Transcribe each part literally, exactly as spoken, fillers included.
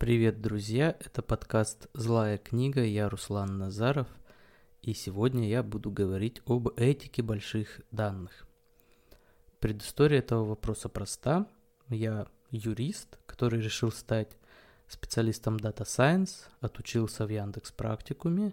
Привет, друзья! Это подкаст «Злая книга», я Руслан Назаров, и сегодня я буду говорить об этике больших данных. Предыстория этого вопроса проста. Я юрист, который решил стать специалистом Data Science, отучился в Яндекс.Практикуме,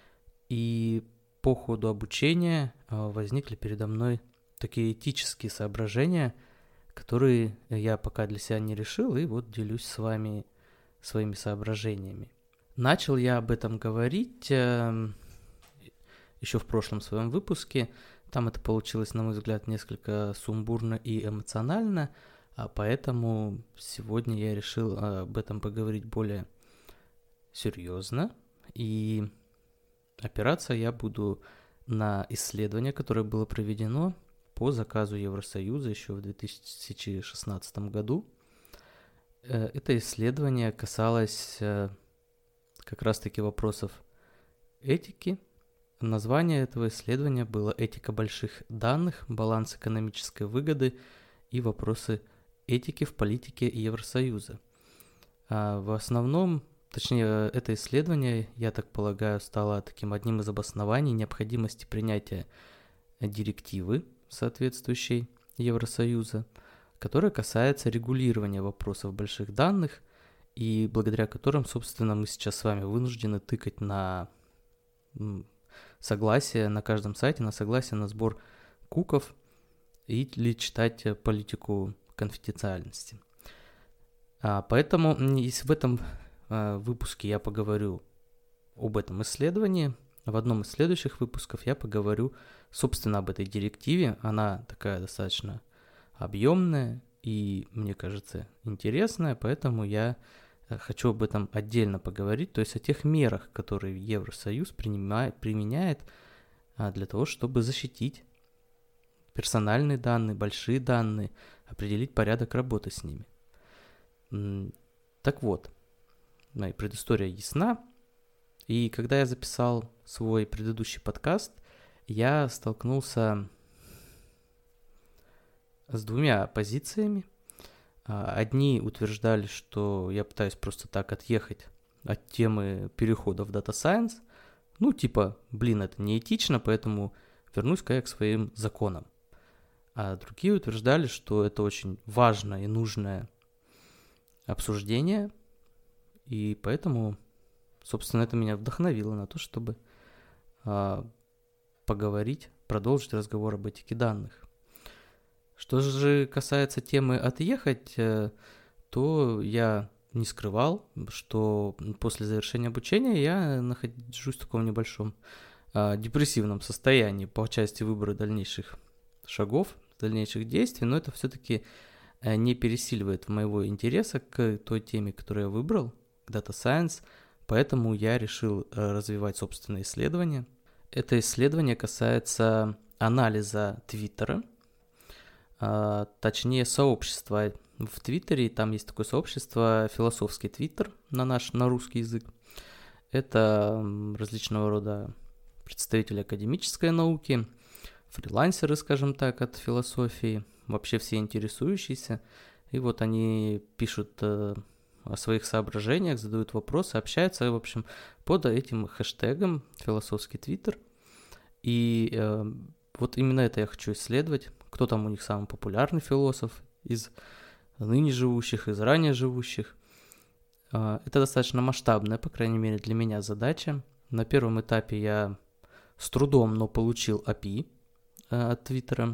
и по ходу обучения возникли передо мной такие этические соображения, которые я пока для себя не решил, и вот делюсь с вами своими соображениями. Начал я об этом говорить э, еще в прошлом своем выпуске. Там это получилось, на мой взгляд, несколько сумбурно и эмоционально, а поэтому сегодня я решил об этом поговорить более серьезно. И опираться я буду на исследование, которое было проведено по заказу Евросоюза еще в две тысячи шестнадцатом году. Это исследование касалось как раз-таки вопросов этики. Название этого исследования было «Этика больших данных, баланс экономической выгоды и вопросы этики в политике Евросоюза». В основном, точнее, это исследование, я так полагаю, стало таким одним из обоснований необходимости принятия директивы, соответствующей Евросоюза, которая касается регулирования вопросов больших данных, и благодаря которым, собственно, мы сейчас с вами вынуждены тыкать на согласие на каждом сайте, на согласие на сбор куков или читать политику конфиденциальности. А поэтому, если в этом выпуске я поговорю об этом исследовании, в одном из следующих выпусков я поговорю, собственно, об этой директиве. Она такая достаточно объемная и, мне кажется, интересная, поэтому я хочу об этом отдельно поговорить, то есть о тех мерах, которые Евросоюз принимает, применяет для того, чтобы защитить персональные данные, большие данные, определить порядок работы с ними. Так вот, моя предыстория ясна, и когда я записал свой предыдущий подкаст, я столкнулся с двумя позициями. Одни утверждали, что я пытаюсь просто так отъехать от темы перехода в Data Science. Ну, типа, блин, это неэтично, поэтому вернусь-ка я к своим законам. А другие утверждали, что это очень важное и нужное обсуждение, и поэтому, собственно, это меня вдохновило на то, чтобы а, поговорить, продолжить разговор об этике данных. Что же касается темы «отъехать», то я не скрывал, что после завершения обучения я нахожусь в таком небольшом а, депрессивном состоянии по части выбора дальнейших шагов, дальнейших действий, но это все-таки не пересиливает моего интереса к той теме, которую я выбрал, к Data Science, поэтому я решил развивать собственное исследование. Это исследование касается анализа Твиттера, Uh, точнее сообщества в Твиттере. Там есть такое сообщество «Философский Твиттер» на наш, на русский язык. Это различного рода представители академической науки, фрилансеры, скажем так, от философии, вообще все интересующиеся. И вот они пишут uh, о своих соображениях, задают вопросы, общаются, в общем, под этим хэштегом «Философский Твиттер». И uh, вот именно это я хочу исследовать. Кто там у них самый популярный философ из ныне живущих, из ранее живущих. Это достаточно масштабная, по крайней мере, для меня задача. На первом этапе я с трудом, но получил эй пи ай от Твиттера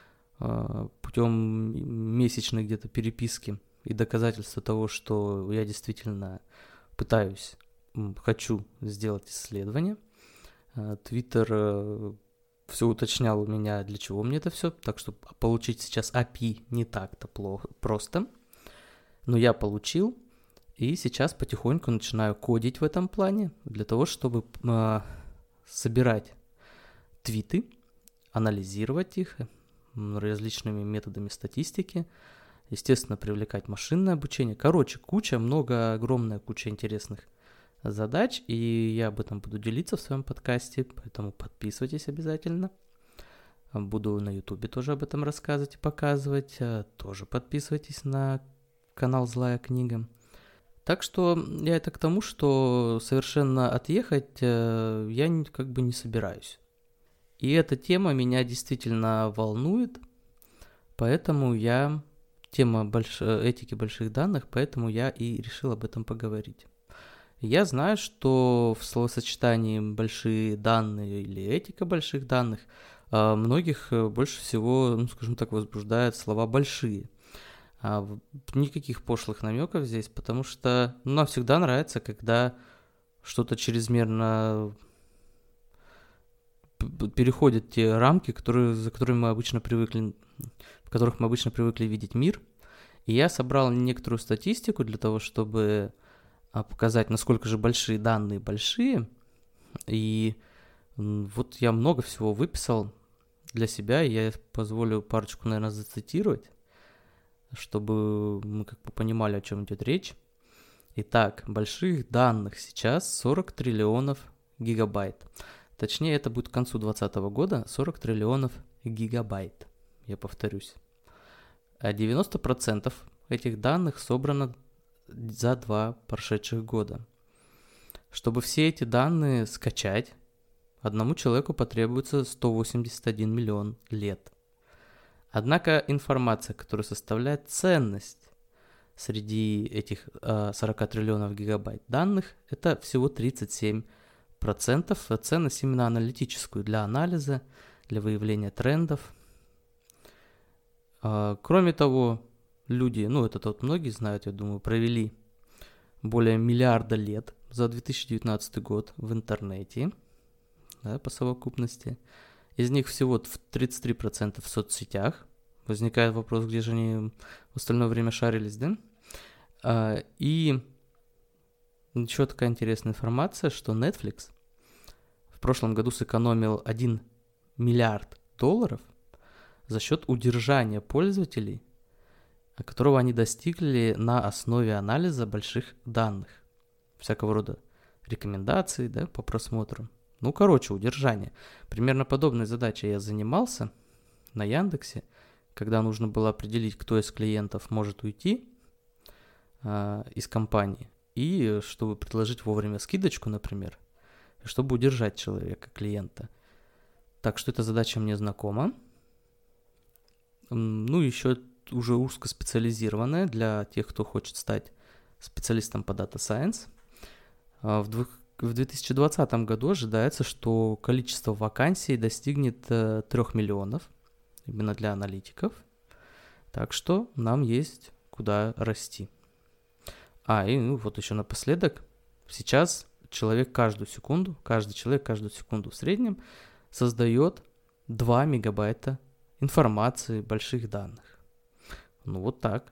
путем месячной где-то переписки и доказательства того, что я действительно пытаюсь, хочу сделать исследование. Твиттер все уточнял у меня, для чего мне это все, так что получить сейчас эй пи ай не так-то плохо, просто. Но я получил, и сейчас потихоньку начинаю кодить в этом плане, для того, чтобы э, собирать твиты, анализировать их различными методами статистики, естественно, привлекать машинное обучение. Короче, куча, много, огромная куча интересных задач, и я об этом буду делиться в своем подкасте, поэтому подписывайтесь обязательно. Буду на ютубе тоже об этом рассказывать и показывать, тоже подписывайтесь на канал «Злая книга». Так что я это к тому, что совершенно отъехать э, я не, как бы не собираюсь. И эта тема меня действительно волнует, поэтому я... Тема больш... этики больших данных, поэтому я и решил об этом поговорить. Я знаю, что в словосочетании «большие данные» или «этика больших данных» многих больше всего, ну, скажем так, возбуждают слова «большие». А никаких пошлых намеков здесь, потому что ну, нам всегда нравится, когда что-то чрезмерно переходит те рамки, которые, за которыми мы обычно привыкли, в которых мы обычно привыкли видеть мир. И я собрал некоторую статистику для того, чтобы показать, насколько же большие данные большие. И вот я много всего выписал для себя, и я позволю парочку, наверное, зацитировать, чтобы мы как бы понимали, о чем идет речь. Итак, больших данных сейчас сорок триллионов гигабайт. Точнее, это будет к концу двадцатого года сорок триллионов гигабайт. Я повторюсь. А девяносто процентов этих данных собрано за два прошедших года. Чтобы все эти данные скачать, одному человеку потребуется сто восемьдесят один миллион лет. Однако информация, которая составляет ценность среди этих э, сорок триллионов гигабайт данных, это всего тридцать семь процентов. Ценность именно аналитическую, для анализа, для выявления трендов. Э, кроме того, люди, ну это вот многие знают, я думаю, провели более миллиарда лет за две тысячи девятнадцатый год в интернете, да, по совокупности. Из них всего в тридцать три процента в соцсетях. Возникает вопрос, где же они в остальное время шарились, да? А, и еще такая интересная информация, что Netflix в прошлом году сэкономил один миллиард долларов за счет удержания пользователей, которого они достигли на основе анализа больших данных. Всякого рода рекомендаций, да, по просмотру. Ну, короче, удержание. Примерно подобной задачей я занимался на Яндексе, когда нужно было определить, кто из клиентов может уйти э, из компании, и чтобы предложить вовремя скидочку, например, чтобы удержать человека, клиента. Так что эта задача мне знакома. Ну, еще уже узкоспециализированная для тех, кто хочет стать специалистом по Data Science. В В две тысячи двадцатом году ожидается, что количество вакансий достигнет э, трех миллионов, именно для аналитиков. Так что нам есть куда расти. А, и ну, вот еще напоследок. Сейчас человек каждую секунду, каждый человек каждую секунду в среднем создает два мегабайта информации, больших данных. Ну вот так.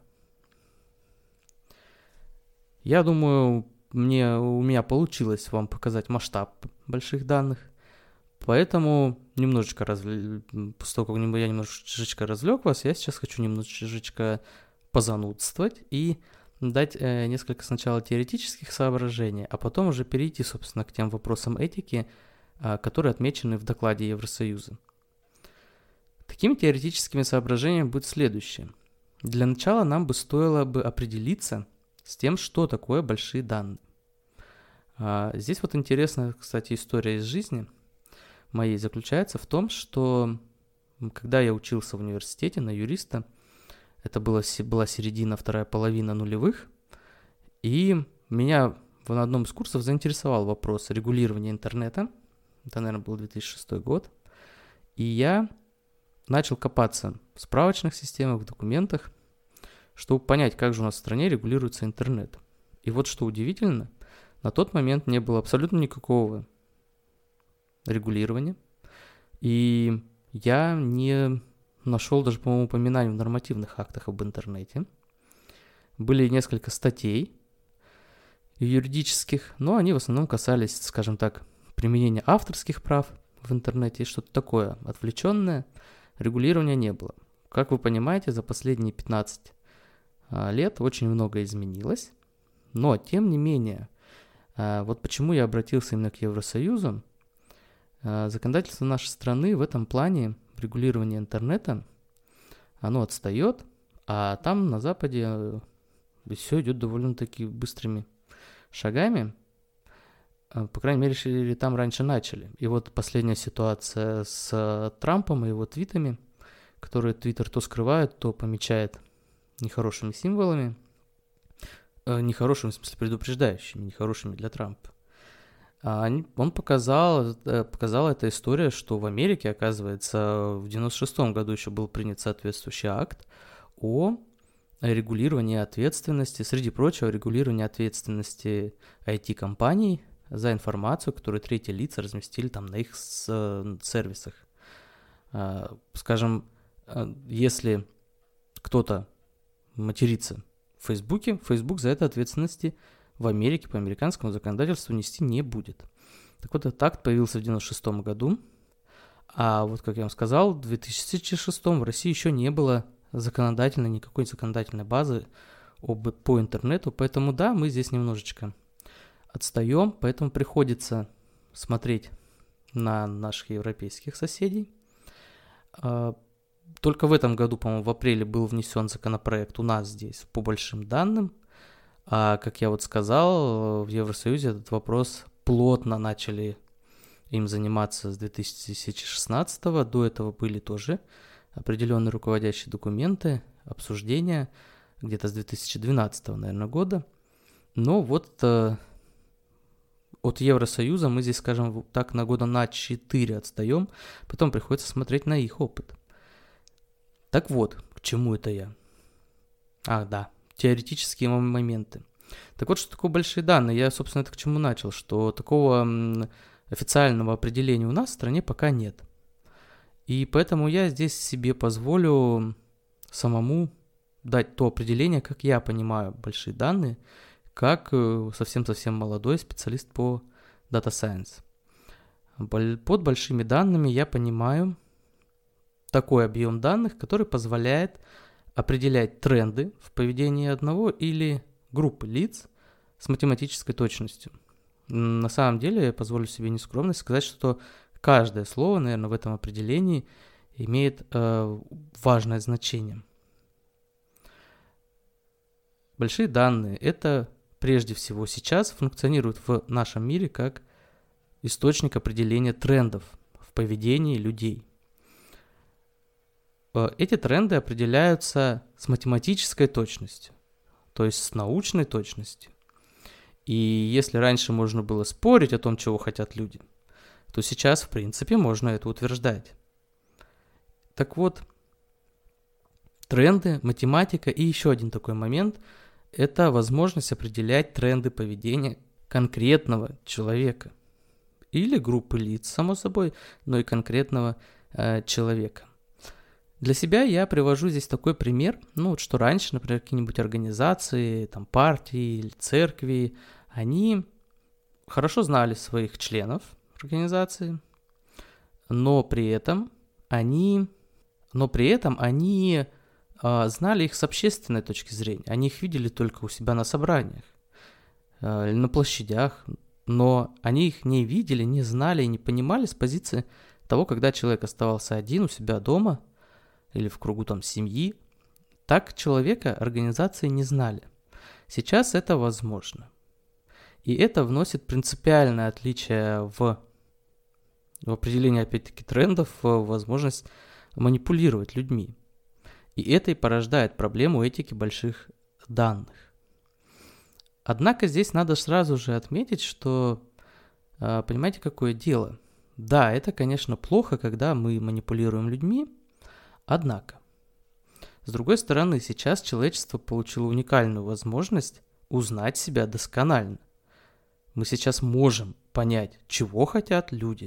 Я думаю... Мне, у меня получилось вам показать масштаб больших данных, поэтому немножечко развлек, после того, как я немножечко развлек вас, я сейчас хочу немножечко позанудствовать и дать э, несколько сначала теоретических соображений, а потом уже перейти, собственно, к тем вопросам этики, э, которые отмечены в докладе Евросоюза. Такими теоретическими соображениями будет следующее. Для начала нам бы стоило бы определиться с тем, что такое большие данные. А, здесь вот интересная, кстати, история из жизни моей заключается в том, что когда я учился в университете на юриста, это было, была середина, вторая половина нулевых, и меня в одном из курсов заинтересовал вопрос регулирования интернета. Это, наверное, был две тысячи шестой год. И я начал копаться в справочных системах, в документах, чтобы понять, как же у нас в стране регулируется интернет. И вот что удивительно, на тот момент не было абсолютно никакого регулирования. И я не нашел даже, по-моему, упоминаний в нормативных актах об интернете. Были несколько статей юридических, но они в основном касались, скажем так, применения авторских прав в интернете и что-то такое отвлеченное. Регулирования не было. Как вы понимаете, за последние пятнадцать лет очень многое изменилось, но тем не менее, вот почему я обратился именно к Евросоюзу. Законодательство нашей страны в этом плане регулирования интернета, оно отстает, а там на Западе И все идет довольно-таки быстрыми шагами. По крайней мере, там раньше начали. И вот последняя ситуация с Трампом и его твитами, которые Твиттер то скрывает, то помечает нехорошими символами. Нехорошими, в смысле, предупреждающими, нехорошими для Трампа. Он показал, показала эта история, что в Америке, оказывается, в девяносто шестом году еще был принят соответствующий акт о регулировании ответственности, среди прочего, регулировании ответственности ай ти-компаний за информацию, которую третьи лица разместили там на их сервисах. Скажем, если кто-то матерится в Фейсбуке, Фейсбук за это ответственности в Америке по американскому законодательству нести не будет. Так вот, этот акт появился в девяносто шестом году, а вот, как я вам сказал, в две тысячи шестом в России еще не было законодательной, никакой законодательной базы об, по интернету, поэтому да, мы здесь немножечко отстаем, поэтому приходится смотреть на наших европейских соседей. Только в этом году, по-моему, в апреле был внесен законопроект у нас здесь по большим данным. А, как я вот сказал, в Евросоюзе этот вопрос плотно начали им заниматься с две тысячи шестнадцатого. До этого были тоже определенные руководящие документы, обсуждения, где-то с две тысячи двенадцатого, наверное, года. Но вот э, от Евросоюза мы здесь, скажем так, на года на четыре отстаем, потом приходится смотреть на их опыт. Так вот, к чему это я? Ах, да. Теоретические моменты. Так вот, что такое большие данные? Я, собственно, это к чему начал, что такого официального определения у нас в стране пока нет. И поэтому я здесь себе позволю самому дать то определение, как я понимаю большие данные, как совсем-совсем молодой специалист по Data Science. Под большими данными я понимаю такой объем данных, который позволяет определять тренды в поведении одного или группы лиц с математической точностью. На самом деле, я позволю себе нескромность сказать, что каждое слово, наверное, в этом определении имеет э, важное значение. Большие данные – это прежде всего сейчас функционируют в нашем мире как источник определения трендов в поведении людей. Эти тренды определяются с математической точностью, то есть с научной точностью. И если раньше можно было спорить о том, чего хотят люди, то сейчас, в принципе, можно это утверждать. Так вот, тренды, математика и еще один такой момент – это возможность определять тренды поведения конкретного человека или группы лиц, само собой, но и конкретного э, человека. Для себя я привожу здесь такой пример, ну вот что раньше, например, какие-нибудь организации, там партии или церкви, они хорошо знали своих членов организации, но при этом они, но при этом они а, знали их с общественной точки зрения, они их видели только у себя на собраниях а, или на площадях, но они их не видели, не знали и не понимали с позиции того, когда человек оставался один у себя дома, или в кругу там семьи, так человека организации не знали. Сейчас это возможно. И это вносит принципиальное отличие в, в определении, опять-таки, трендов, в возможность манипулировать людьми. И это и порождает проблему этики больших данных. Однако здесь надо сразу же отметить, что, понимаете, какое дело? Да, это, конечно, плохо, когда мы манипулируем людьми. Однако, с другой стороны, сейчас человечество получило уникальную возможность узнать себя досконально. Мы сейчас можем понять, чего хотят люди.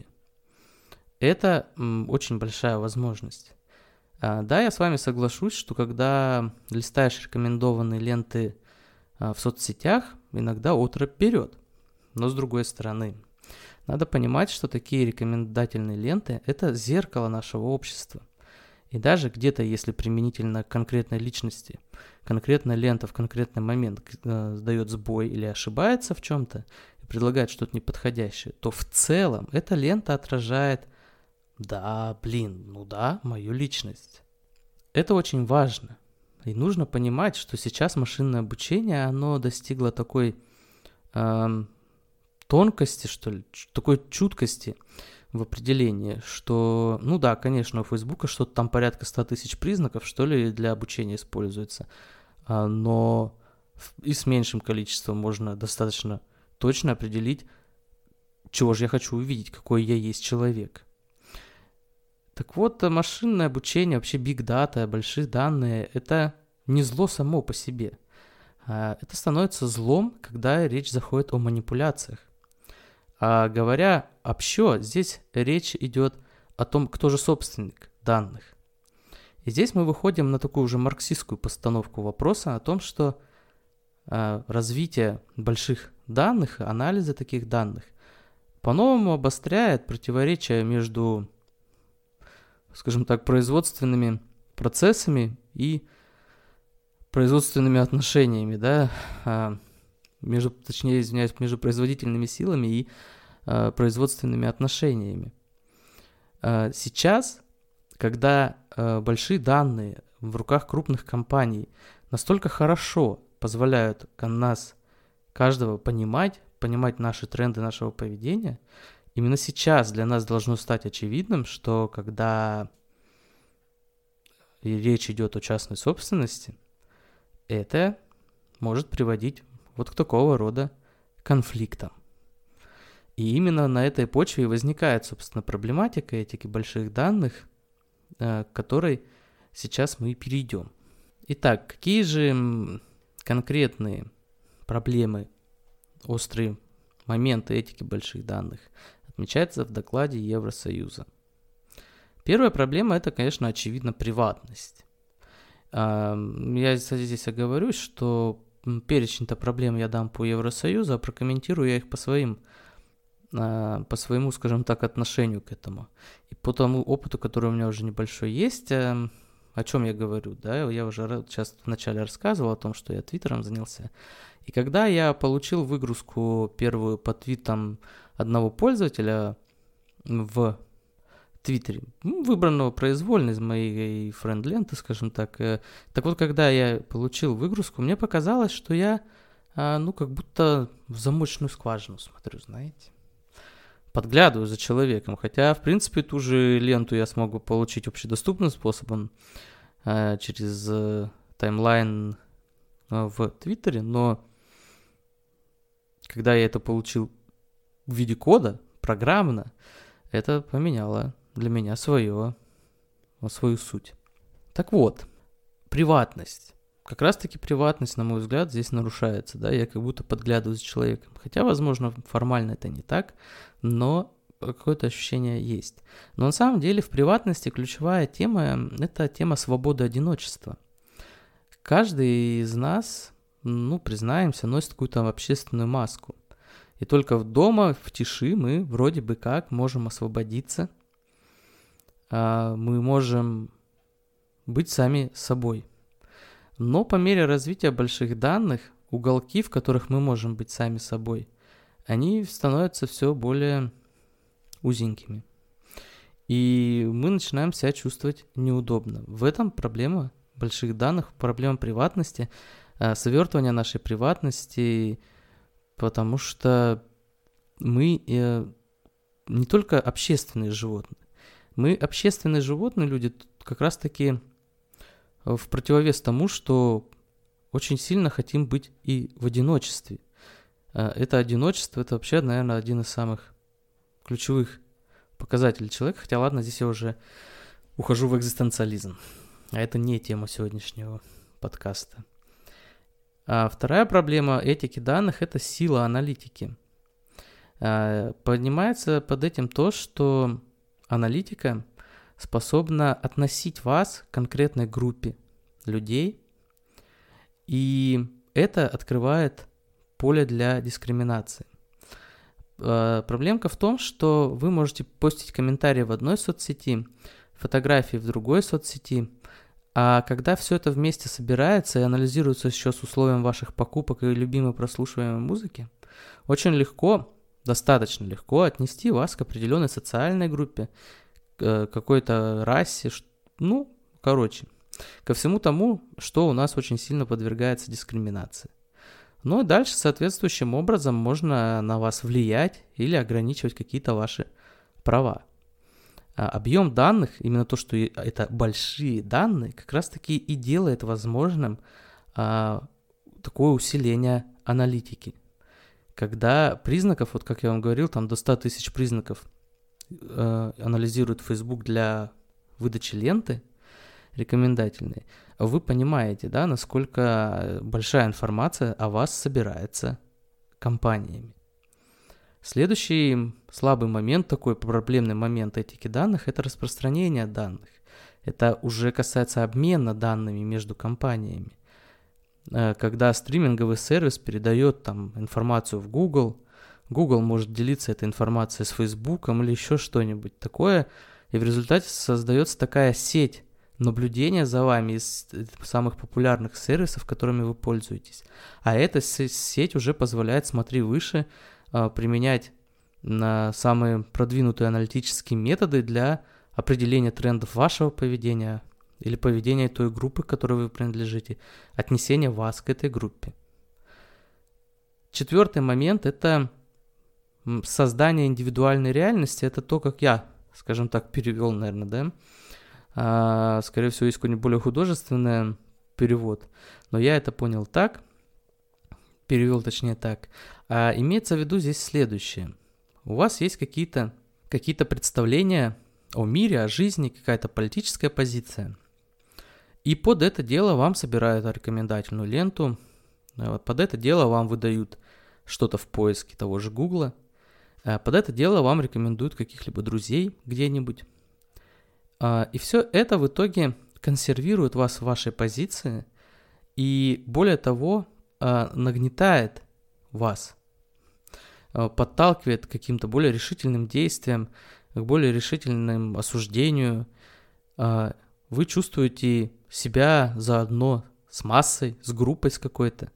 Это м, очень большая возможность. А, да, я с вами соглашусь, что когда листаешь рекомендованные ленты а, в соцсетях, иногда отрыв берет. Но с другой стороны, надо понимать, что такие рекомендательные ленты – это зеркало нашего общества. И даже где-то, если применительно к конкретной личности, конкретная лента в конкретный момент э, дает сбой или ошибается в чем-то и предлагает что-то неподходящее, то в целом эта лента отражает, да, блин, ну да, мою личность. Это очень важно. И нужно понимать, что сейчас машинное обучение, оно достигло такой э, тонкости, что ли, такой чуткости в определении, что, ну да, конечно, у Фейсбука что-то там порядка ста тысяч признаков, что ли, для обучения используется, но и с меньшим количеством можно достаточно точно определить, чего же я хочу увидеть, какой я есть человек. Так вот, машинное обучение, вообще big data, большие данные, это не зло само по себе. Это становится злом, когда речь заходит о манипуляциях. А говоря общо, здесь речь идет о том, кто же собственник данных. И здесь мы выходим на такую уже марксистскую постановку вопроса о том, что развитие больших данных, анализа таких данных по-новому обостряет противоречия между, скажем так, производственными процессами и производственными отношениями, да, между, точнее, извиняюсь, между производительными силами и э, производственными отношениями. Э, сейчас, когда э, большие данные в руках крупных компаний настолько хорошо позволяют нас, каждого, понимать, понимать наши тренды нашего поведения, именно сейчас для нас должно стать очевидным, что когда речь идет о частной собственности, это может приводить вот к такого рода конфликтам. И именно на этой почве возникает, собственно, проблематика этики больших данных, к которой сейчас мы перейдем. Итак, какие же конкретные проблемы, острые моменты этики больших данных отмечаются в докладе Евросоюза? Первая проблема – это, конечно, очевидно, приватность. Я, кстати, здесь оговорюсь, что перечень-то проблем я дам по Евросоюзу, а прокомментирую я их по своим, по своему, скажем так, отношению к этому. И по тому опыту, который у меня уже небольшой есть, о чем я говорю, да, я уже сейчас вначале рассказывал о том, что я твиттером занялся. И когда я получил выгрузку первую по твитам одного пользователя в Твиттере, выбранного произвольно из моей френд-ленты, скажем так. Так вот, когда я получил выгрузку, мне показалось, что я, ну, как будто в замочную скважину смотрю, знаете. Подглядываю за человеком, хотя, в принципе, ту же ленту я смогу получить общедоступным способом через таймлайн в Твиттере, но когда я это получил в виде кода, программно, это поменяло для меня свое, свою суть. Так вот, приватность. Как раз-таки приватность, на мой взгляд, здесь нарушается, да, я как будто подглядываю за человеком. Хотя, возможно, формально это не так, но какое-то ощущение есть. Но на самом деле в приватности ключевая тема – это тема свободы одиночества. Каждый из нас, ну, признаемся, носит какую-то общественную маску. И только дома, в тиши, мы вроде бы как можем освободиться, мы можем быть сами собой. Но по мере развития больших данных, уголки, в которых мы можем быть сами собой, они становятся все более узенькими. И мы начинаем себя чувствовать неудобно. В этом проблема больших данных, проблема приватности, свертывания нашей приватности, потому что мы не только общественные животные. Мы общественные животные, люди, как раз-таки в противовес тому, что очень сильно хотим быть и в одиночестве. Это одиночество, это вообще, наверное, один из самых ключевых показателей человека. Хотя, ладно, здесь я уже ухожу в экзистенциализм. А это не тема сегодняшнего подкаста. А вторая проблема этики данных – это сила аналитики. Понимается под этим то, что аналитика способна относить вас к конкретной группе людей, и это открывает поле для дискриминации. Проблемка в том, что вы можете постить комментарии в одной соцсети, фотографии в другой соцсети, а когда все это вместе собирается и анализируется еще с условием ваших покупок и любимой прослушиваемой музыки, очень легко, достаточно легко отнести вас к определенной социальной группе, к какой-то расе, ну, короче. ко всему тому, что у нас очень сильно подвергается дискриминации. Ну и дальше соответствующим образом можно на вас влиять или ограничивать какие-то ваши права. Объем данных, именно то, что это большие данные, как раз-таки и делает возможным а, такое усиление аналитики. Когда признаков, вот как я вам говорил, там до ста тысяч признаков а, анализирует Facebook для выдачи ленты рекомендательной, вы понимаете, да, насколько большая информация о вас собирается компаниями. Следующий слабый момент, такой проблемный момент этики данных, это распространение данных. Это уже касается обмена данными между компаниями. Когда стриминговый сервис передает там информацию в Google, Google может делиться этой информацией с Facebook или еще что-нибудь такое, и в результате создается такая сеть наблюдения за вами из самых популярных сервисов, которыми вы пользуетесь. А эта сеть уже позволяет, смотри выше, применять на самые продвинутые аналитические методы для определения трендов вашего поведения или поведения той группы, к которой вы принадлежите, отнесения вас к этой группе. Четвертый момент – это создание индивидуальной реальности. Это то, как я, скажем так, перевел, наверное, да? А, скорее всего, есть какой-нибудь более художественный перевод, но я это понял так, перевел точнее так. А имеется в виду здесь следующее. У вас есть какие-то, какие-то представления о мире, о жизни, какая-то политическая позиция. И под это дело вам собирают рекомендательную ленту. Вот под это дело вам выдают что-то в поиске того же Гугла. Под это дело вам рекомендуют каких-либо друзей где-нибудь. И все это в итоге консервирует вас в вашей позиции и, более того, нагнетает вас, подталкивает к каким-то более решительным действиям, к более решительному осуждению. Вы чувствуете себя заодно с массой, с группой с какой-то.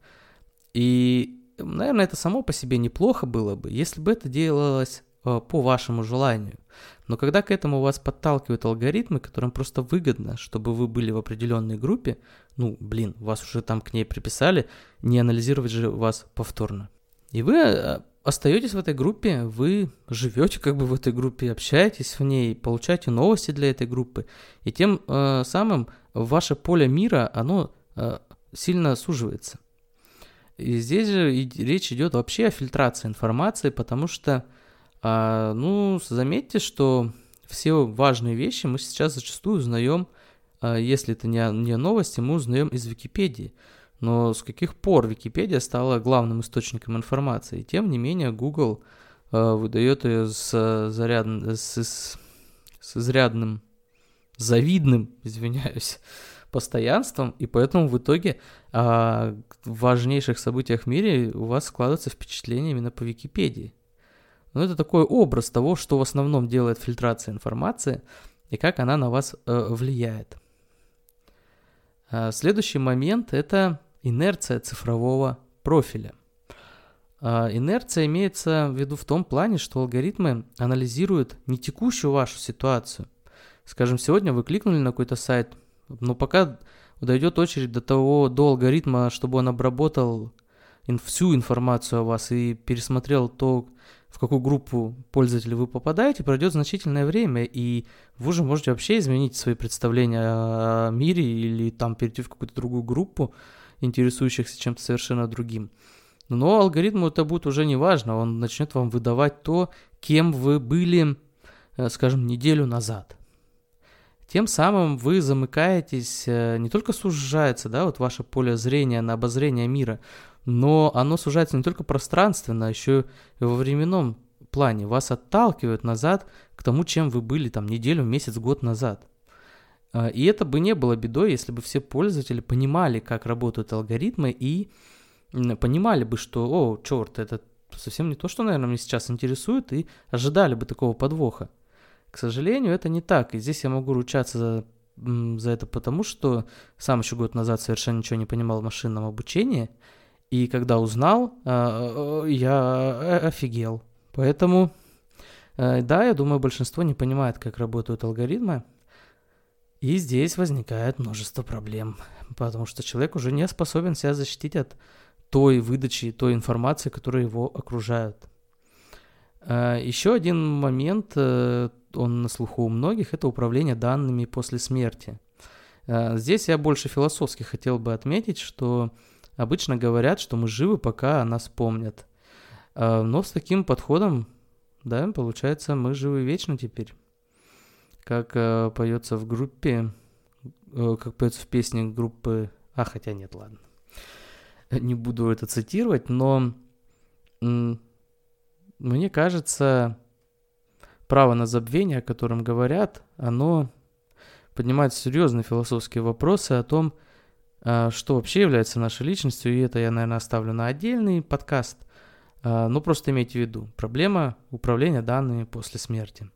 И, наверное, это само по себе неплохо было бы, если бы это делалось по вашему желанию. Но когда к этому вас подталкивают алгоритмы, которым просто выгодно, чтобы вы были в определенной группе, ну, блин, вас уже там к ней приписали, не анализировать же вас повторно. И вы остаетесь в этой группе, вы живете как бы в этой группе, общаетесь в ней, получаете новости для этой группы, и тем э, самым ваше поле мира, оно э, сильно суживается. И здесь же и речь идет вообще о фильтрации информации, потому что А, ну, заметьте, что все важные вещи мы сейчас зачастую узнаем, а, если это не, не новости, мы узнаем из Википедии. Но с каких пор Википедия стала главным источником информации? И тем не менее Google а, выдает ее с, заряд... с, с, с изрядным, завидным, извиняюсь, постоянством, и поэтому в итоге а, в важнейших событиях в мире у вас складывается впечатление именно по Википедии. Но это такой образ того, что в основном делает фильтрация информации и как она на вас э, влияет. А следующий момент – это инерция цифрового профиля. А инерция имеется в виду в том плане, что алгоритмы анализируют не текущую вашу ситуацию. Скажем, сегодня вы кликнули на какой-то сайт, но пока дойдет очередь до того, до алгоритма, чтобы он обработал всю информацию о вас и пересмотрел то, в какую группу пользователей вы попадаете, пройдет значительное время, и вы уже можете вообще изменить свои представления о мире или там перейти в какую-то другую группу, интересующихся чем-то совершенно другим. Но алгоритму это будет уже не важно, он начнет вам выдавать то, кем вы были, скажем, неделю назад. Тем самым вы замыкаетесь, не только сужается, да, вот ваше поле зрения на обозрение мира, но оно сужается не только пространственно, а еще и во временном плане. Вас отталкивают назад к тому, чем вы были там неделю, месяц, год назад. И это бы не было бедой, если бы все пользователи понимали, как работают алгоритмы, и понимали бы, что, о, черт, это совсем не то, что, наверное, меня сейчас интересует, и ожидали бы такого подвоха. К сожалению, это не так, и здесь я могу ручаться за, за это потому, что сам еще год назад совершенно ничего не понимал в машинном обучении, и когда узнал, я офигел. Поэтому, да, я думаю, большинство не понимает, как работают алгоритмы. И здесь возникает множество проблем, потому что человек уже не способен себя защитить от той выдачи, той информации, которая его окружает. Еще один момент, он на слуху у многих, это управление данными после смерти. Здесь я больше философски хотел бы отметить, что обычно говорят, что мы живы, пока о нас помнят. Но с таким подходом, да, получается, мы живы вечно теперь. Как э, поется в группе, э, как поется в песне группы... А, хотя нет, ладно. Не буду это цитировать, но м- мне кажется, право на забвение, о котором говорят, оно поднимает серьезные философские вопросы о том, э, что вообще является нашей личностью, и это я, наверное, оставлю на отдельный подкаст. Э, но просто имейте в виду, проблема управления данными после смерти.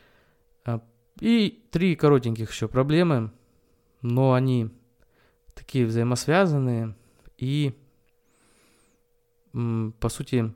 И три коротеньких еще проблемы, но они такие взаимосвязанные и, по сути,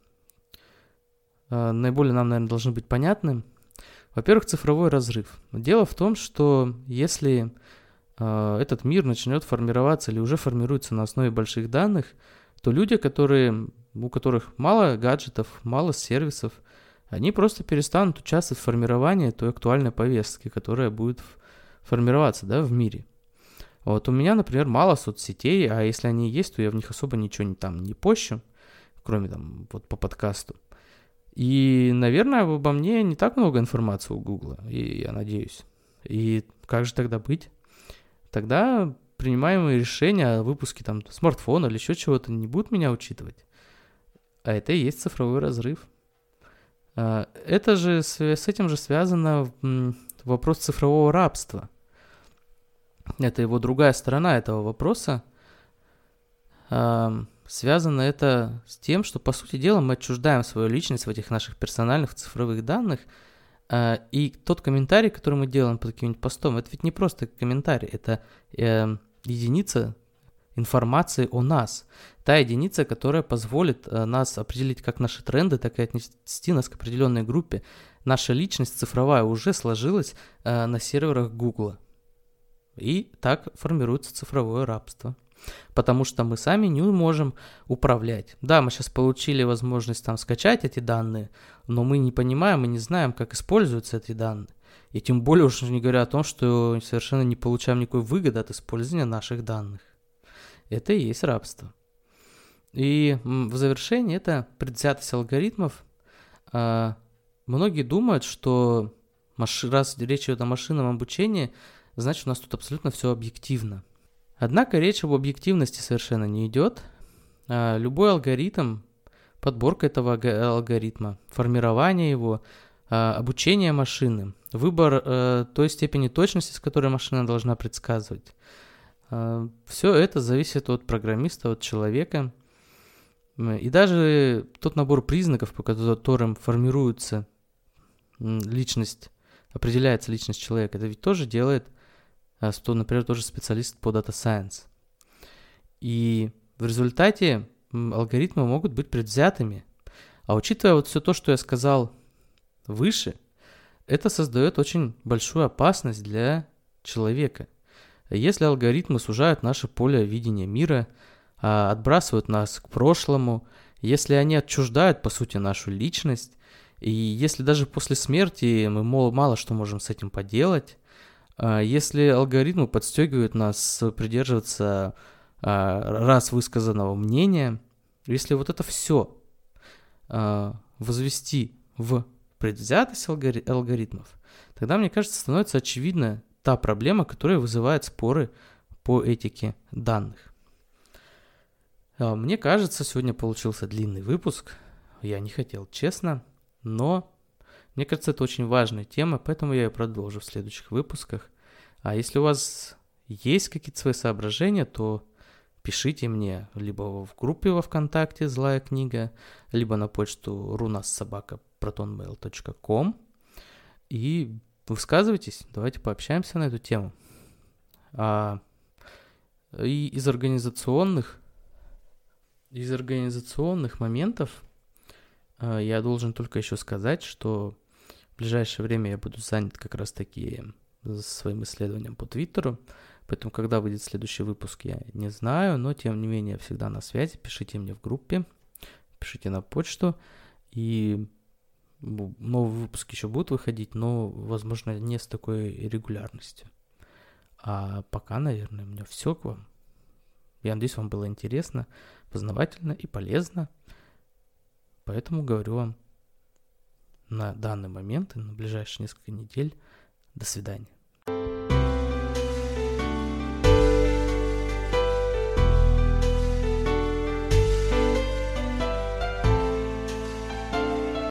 наиболее нам, наверное, должны быть понятны. Во-первых, цифровой разрыв. Дело в том, что если этот мир начнет формироваться или уже формируется на основе больших данных, то люди, которые, у которых мало гаджетов, мало сервисов, они просто перестанут участвовать в формировании той актуальной повестки, которая будет формироваться, да, в мире. Вот у меня, например, мало соцсетей, а если они есть, то я в них особо ничего не, там не пощу, кроме там вот по подкасту. И, наверное, обо мне не так много информации у Гугла, и я надеюсь. И как же тогда быть? Тогда принимаемые решения о выпуске там смартфона или еще чего-то не будут меня учитывать. А это и есть цифровой разрыв. Это же, с этим же связано вопрос цифрового рабства. Это его другая сторона этого вопроса. Связано это с тем, что, по сути дела, мы отчуждаем свою личность в этих наших персональных цифровых данных. И тот комментарий, который мы делаем под каким-нибудь постом, это ведь не просто комментарий, это единица информации о нас. Та единица, которая позволит э, нас определить как наши тренды, так и отнести нас к определенной группе. Наша личность цифровая уже сложилась э, на серверах Гугла. И так формируется цифровое рабство. Потому что мы сами не можем управлять. Да, мы сейчас получили возможность там скачать эти данные, но мы не понимаем и не знаем, как используются эти данные. И тем более уж не говоря о том, что совершенно не получаем никакой выгоды от использования наших данных. Это и есть рабство. И в завершении это предвзятость алгоритмов. А, многие думают, что маш... раз речь идет о машинном обучении, значит, у нас тут абсолютно все объективно. Однако речь об объективности совершенно не идет. А, любой алгоритм, подборка этого алгоритма, формирование его, а, обучение машины, выбор а, той степени точности, с которой машина должна предсказывать, все это зависит от программиста, от человека. И даже тот набор признаков, по которым формируется личность, определяется личность человека, это ведь тоже делает, например, тоже специалист по Data Science. И в результате алгоритмы могут быть предвзятыми. А учитывая вот все то, что я сказал выше, это создает очень большую опасность для человека. Если алгоритмы сужают наше поле видения мира, отбрасывают нас к прошлому, если они отчуждают, по сути, нашу личность, и если даже после смерти мы мало что можем с этим поделать, если алгоритмы подстегивают нас придерживаться раз высказанного мнения, если вот это все возвести в предвзятость алгоритмов, тогда, мне кажется, становится очевидно та проблема, которая вызывает споры по этике данных. Мне кажется, сегодня получился длинный выпуск. Я не хотел, честно, но мне кажется, это очень важная тема, поэтому я ее продолжу в следующих выпусках. А если у вас есть какие-то свои соображения, то пишите мне либо в группе во ВКонтакте «Злая книга», либо на почту рунас собака протонмейл точка ком и высказывайтесь, давайте пообщаемся на эту тему. А, и из организационных, из организационных моментов а, я должен только еще сказать, что в ближайшее время я буду занят как раз таки с своим исследованием по Твиттеру. Поэтому, когда выйдет следующий выпуск, я не знаю, но, тем не менее, всегда на связи. Пишите мне в группе, пишите на почту. И новые выпуски еще будут выходить, но, возможно, не с такой регулярностью. А пока, наверное, у меня все к вам. Я надеюсь, вам было интересно, познавательно и полезно. Поэтому говорю вам на данный момент и на ближайшие несколько недель до свидания.